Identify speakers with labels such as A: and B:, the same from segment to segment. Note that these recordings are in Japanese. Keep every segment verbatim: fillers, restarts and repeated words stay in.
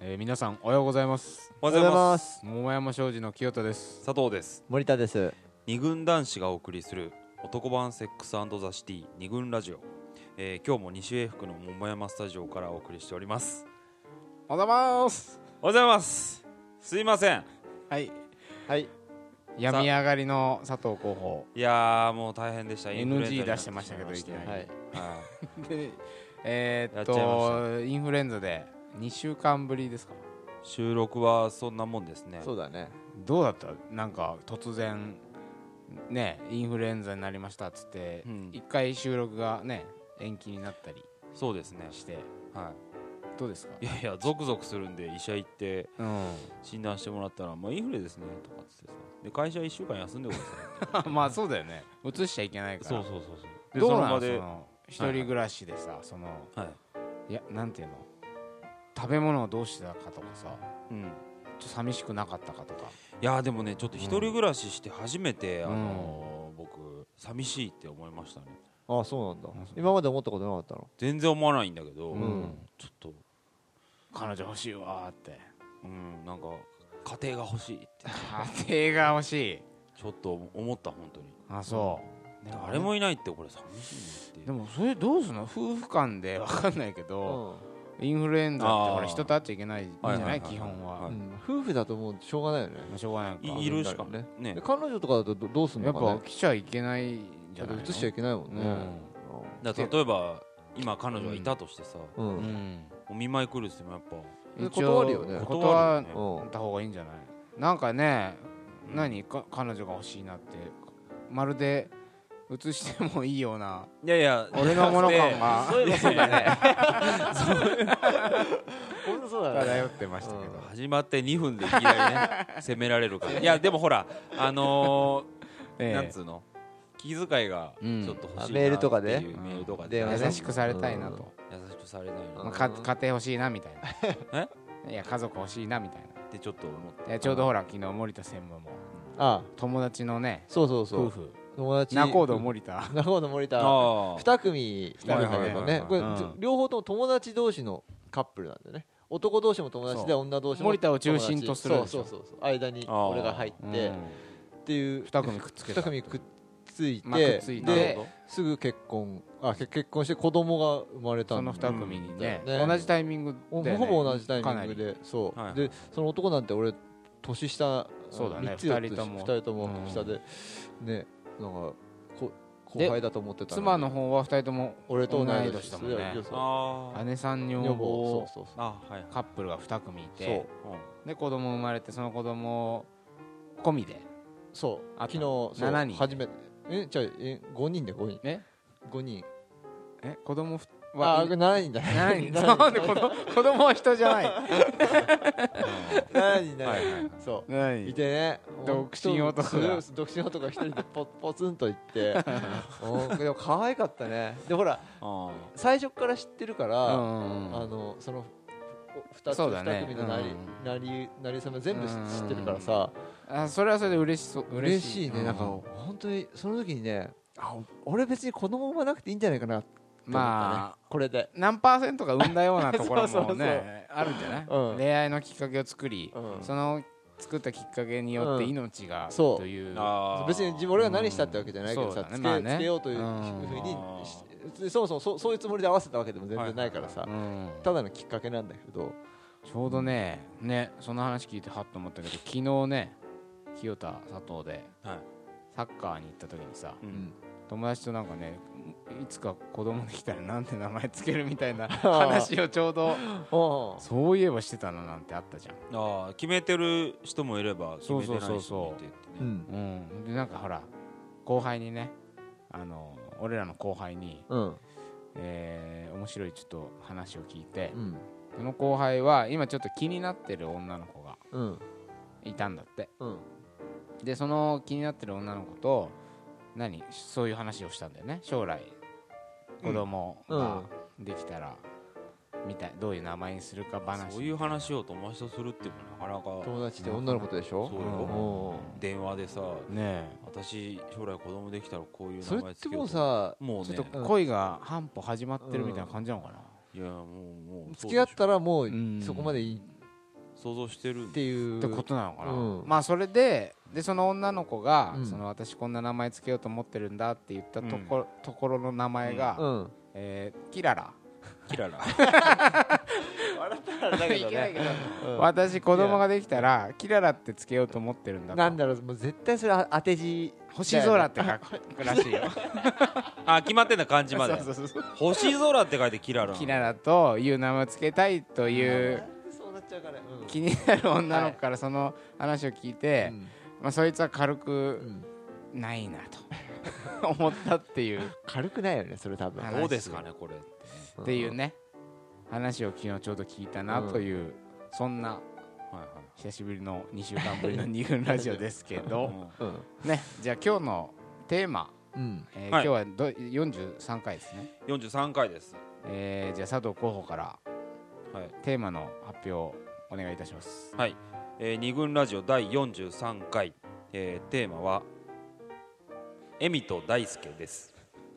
A: えー、皆さんおはようございます。
B: おはようございます。
A: 桃山商事の清田です。
B: 佐藤です。
C: 森田です。
B: 二軍男子がお送りする男版セックス&ザシティ二軍ラジオ、えー、今日も西英福の桃山スタジオからお送りしております。
A: おはようございます。
B: おはようございます。すいません。
A: はい
C: はい
A: 病み上がりの佐藤候補、
B: いやーもう大変でした。
A: エヌジー 出してましたけどいきなり、
C: はい、
B: はい
A: でえー、っ
B: やっちゃいま
A: とインフルエンザでにしゅうかんぶりですか。
B: 収録はそんなもんですね。
C: そうだね。
A: どうだった？なんか突然ねインフルエンザになりましたっつって一、うん、回収録がね延期になったり
B: そうですね
A: して、
B: はい、
A: どうですか？
B: いやいやゾクゾクするんで医者行って、うん、診断してもらったら、まあ、インフレですねとかっつってさ、で会社いっしゅうかん休んでください
A: まあそうだよね、移しちゃいけないから。
B: そうそうそうそう
A: でどうなのその一人暮らしでさ、はい、その、はい、いやなんていうの、食べ物をどうしてたかとかさ、うん、ちょっと寂しくなかったかとか。
B: いやでもねちょっと一人暮らしして初めて、うん、あのー、僕寂しいって思いましたね。
C: ああそうなんだ、うん、今まで思ったことなかったの？
B: 全然思わないんだけど、うん、ちょっと
A: 彼女欲しいわーって、
B: うん、なんか家庭が欲しいって
A: 家庭が欲しい
B: ちょっと思った本当に。
A: あそう、
B: うん、誰もいないってこれ寂しいねって。
A: でもそれどうすんの？夫婦間で分かんないけど、うん、インフルエンザってほら人と会っちゃいけないじゃない基本は、はい、
C: うん、夫婦だともうしょうがないよね。
A: しょうがないか
B: いるしかね、
C: ね、彼女とかだとどうすんのかね。
A: やっぱ来ちゃいけないんじゃないの？
C: 移しちゃいけないもんね、うん、
B: だから例えば今彼女がいたとしてさ、うんうん、お見舞い来るってもやっぱ
C: 断るよね。
A: 断った方がいいんじゃない？なんかね、うん、何か彼女が欲しいなってまるで移してもいいような、
B: いやいや
A: 俺のもの感が
C: そういえばそうだね
A: 俺もそうだね漂ってましたけど、
B: うん、始まってにふんでいきなりね責められるから。いやでもほらあのーええ、なんつうの気遣いがちょっと欲しいなっていう、うん、メールとかで、メールとかで
A: 優しくされたいなと、
B: うん、優しくされたいな、
A: まあ、か家庭欲しいなみたいなえいや家族欲しいなみたいな
B: ってちょっと思って。
A: いやちょうどほら昨日森田専務もああ友達のね
C: そうそうそう
A: 夫婦
C: 友達
A: 仲人森田
C: 仲人森田に組いるんだけどね、これ両方とも友達同士のカップルなんだよね。男同士も友達で女同士も
A: 森田を中心とする
C: そうそうそうそう間に俺が入ってっていう
A: に組くっつけた
C: に組くっついてですぐ結婚あ結婚して子供が生まれたんだ。
A: そのに組にね同じタイミングで
C: ほぼ同じタイミングでそうでその男なんて俺年下
A: そうだね
C: ふたりともふたりとも下でねなんか後輩だと思ってた。
A: 妻の方はふたりとも
C: 俺と同い
A: 年だもんね。姉さん女房カップルがに組いて、で子供生まれてその子供込みで
C: そう昨日そうしちにん初めてえじゃあえごにんでごにんえごにん
A: え子供
C: はあしちにんだしちにん
A: なんで子供子供は人じゃないし
C: ちにんだそういてね
A: 独身男が
C: 独身男が一人でポポツンと行ってでも可愛かったね。でほら最初から知ってるからあのそのふたつに組のなりなりなりさま全部知ってるからさ
A: あそれはそれで嬉しそう
C: 嬉しいね。なんか本当にその時にねあ俺別に子供産まなくていいんじゃないかなってまあこれで
A: 何パーセントか生んだようなところもねあるんじゃない、うん、恋愛のきっかけを作り、うん、その作ったきっかけによって命が、うん、という
C: 別に自分俺が何したってわけじゃないけどさ、うんねつけまあね、つけようというふうにそもそも そ, そういうつもりで合わせたわけでも全然ないからさ、はいはいはい、ただのきっかけなんだけど
A: ちょうどねねその話聞いてはっと思ったけど昨日ね清田佐藤で、はい、サッカーに行った時にさ、うん、友達となんかねいつか子供できたらなんて名前つけるみたいな話をちょうどそういえばしてたななんてあったじゃん。
B: あ決めてる人もいれば決めてない人もいてってね、
A: うんうん、でなんかほら後輩にねあの俺らの後輩に、うんえー、面白いちょっと話を聞いて、うん、その後輩は今ちょっと気になってる女の子がいたんだって、うん、でその気になってる女の子と何そういう話をしたんだよね。将来子供ができたら、うん、みたいどういう名前にするか話。
B: そういう話を友達とするっていうのはなかなか
C: 友達って女の子でしょ。
B: そうよ、うん、電話でさ、ね、私将来子供できたらこういう名前つけようと。
C: それってもうさ
A: もうねちょっと恋が半歩始まってるみたいな感じなのかな、
B: うん、いやもうもう
C: 付き合ったらもうそこまでいい、
B: 想像してる
C: っていう
A: ってことなのかな、うん、まあそれででその女の子が、うん、その私こんな名前つけようと思ってるんだって言ったところ、うん、ところの名前が、うんえー、キララ
B: キララ
C: 笑ったらだけどね
A: うん、私子供ができたらキララってつけようと思ってるんだと。
C: なんだろうもう絶対それ当て字
A: 星空って書くらしいよ
B: あ決まってんだ漢字までそうそうそう星空って書いてキララ
A: キララという名前をつけたいという気になる女の子からその話を聞いて、はいまあ、そいつは軽くないなと思ったっていう
C: 軽くないよねそれ多分
B: どうですかねこれ
A: っていうね話を昨日ちょうど聞いたなという、うん、そんな、はいはい、久しぶりのにしゅうかんぶりのに軍ラジオですけど、うん、ねじゃあ今日のテーマ、うんえーはい、今日はどよんじゅうさんかいですね
B: よんじゅうさんかいです、
A: えー、じゃあ佐藤候補から、はい、テーマの発表をお願いいたします。
B: はい、えー、に軍ラジオだいよんじゅうさんかい、えー、テーマはエミと大輔です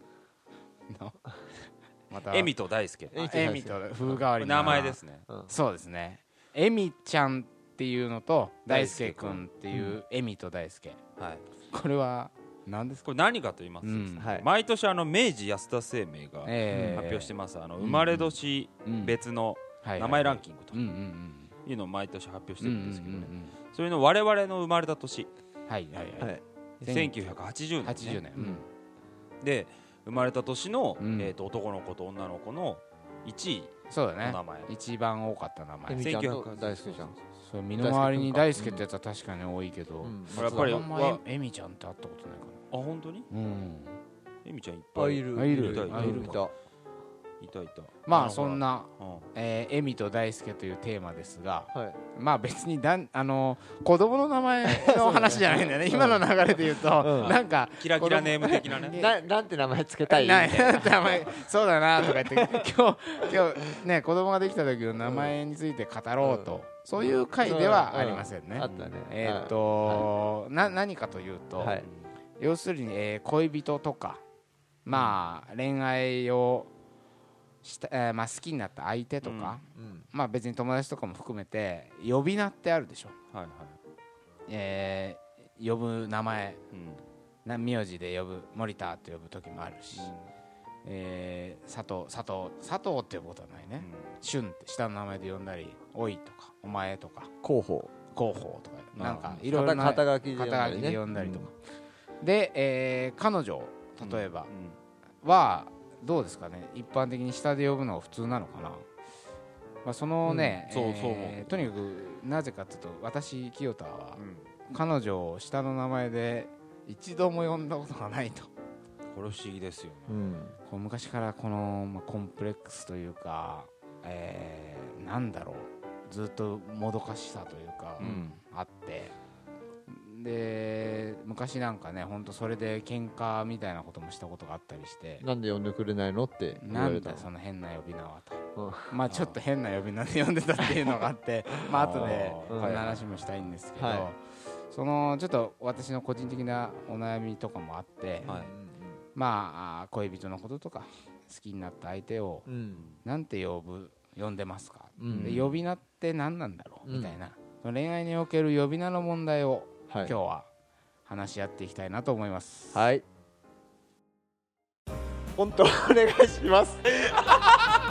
B: またエミと大輔
A: エミと風変わり
B: な名前ですね、
A: うん、そうですねエミちゃんっていうのと大輔くんっていうエミと大輔、うん、はい、これは何ですか。
B: これ何かと言いますと、うんはい、毎年あの明治安田生命が発表してます、えー、あの生まれ年別の名前ランキングというのを毎年発表してるんですけどね、それの我々の生まれた年、はいはいはい、せんきゅうひゃくはちじゅうねん、ね、はちじゅうねん、うん、で生まれた年の、うんえー、と男の子と女の子のいちいの名前、そうだね、
A: 一番多かった名前
C: せんきゅうひゃく大輔じゃん。
A: そう身の回りに大輔ってやつは確かに多いけど、うん、やっぱりエミちゃんって会ったことないか
B: な。あ本当に、うん、エミちゃんいっ
C: ぱいいる
A: いる
C: いたいた
B: いたいた
A: まあそんな、うんえー、エミと大輔というテーマですが、はい、まあ別にだんあの子供の名前の話じゃないんだよね今の流れで言うと、うん、なんか
B: キラキラネーム的なね
C: な, なんて名前つけたい
A: なんて名前そうだなとか言って今日今日ね子供ができた時の名前について語ろうと、うん、そういう回ではありませんね、うんうん、
C: あったね
A: えっ、ー、と、はい、な何かというと、はい、要するに、えー、恋人とかまあ恋愛をした、えーまあ、好きになった相手とか、うんうんまあ、別に友達とかも含めて呼び名ってあるでしょ、はいはいえー、呼ぶ名前、うん、な名字で呼ぶ森田って呼ぶ時もあるし、うんえー、佐藤佐藤佐藤って呼ぶことはないね、うん、俊って下の名前で呼んだりおいとかお前とか
C: 広報
A: 広報とかなんかいろいろな肩書きで呼んだりとか、うん、で、えー、彼女例えばは、うんどうですかね一般的に下で呼ぶのが普通なのかな、まあ、そのね、うんえー、とにかくなぜかというと私清田は、うん、彼女を下の名前で一度も呼んだことがないと。
B: これ不思議ですよね、うん、
A: こう昔からこの、まあ、コンプレックスというか、えー、なんだろうずっともどかしさというか、うん、あってで昔なんかね本当それで喧嘩みたいなこともしたことがあったりして
C: なんで呼んでくれないのって言われた
A: なんだその変な呼び名はと、うん、まあちょっと変な呼び名で呼んでたっていうのがあってまあ後でこんな話もしたいんですけど、はい、そのちょっと私の個人的なお悩みとかもあって、はい、まあ恋人のこととか好きになった相手をなんて呼ぶ呼んでますか、うん、で呼び名って何なんだろうみたいな、うん、恋愛における呼び名の問題をはい、今日は話し合っていきたいなと思います。
C: はい。本当お願いします。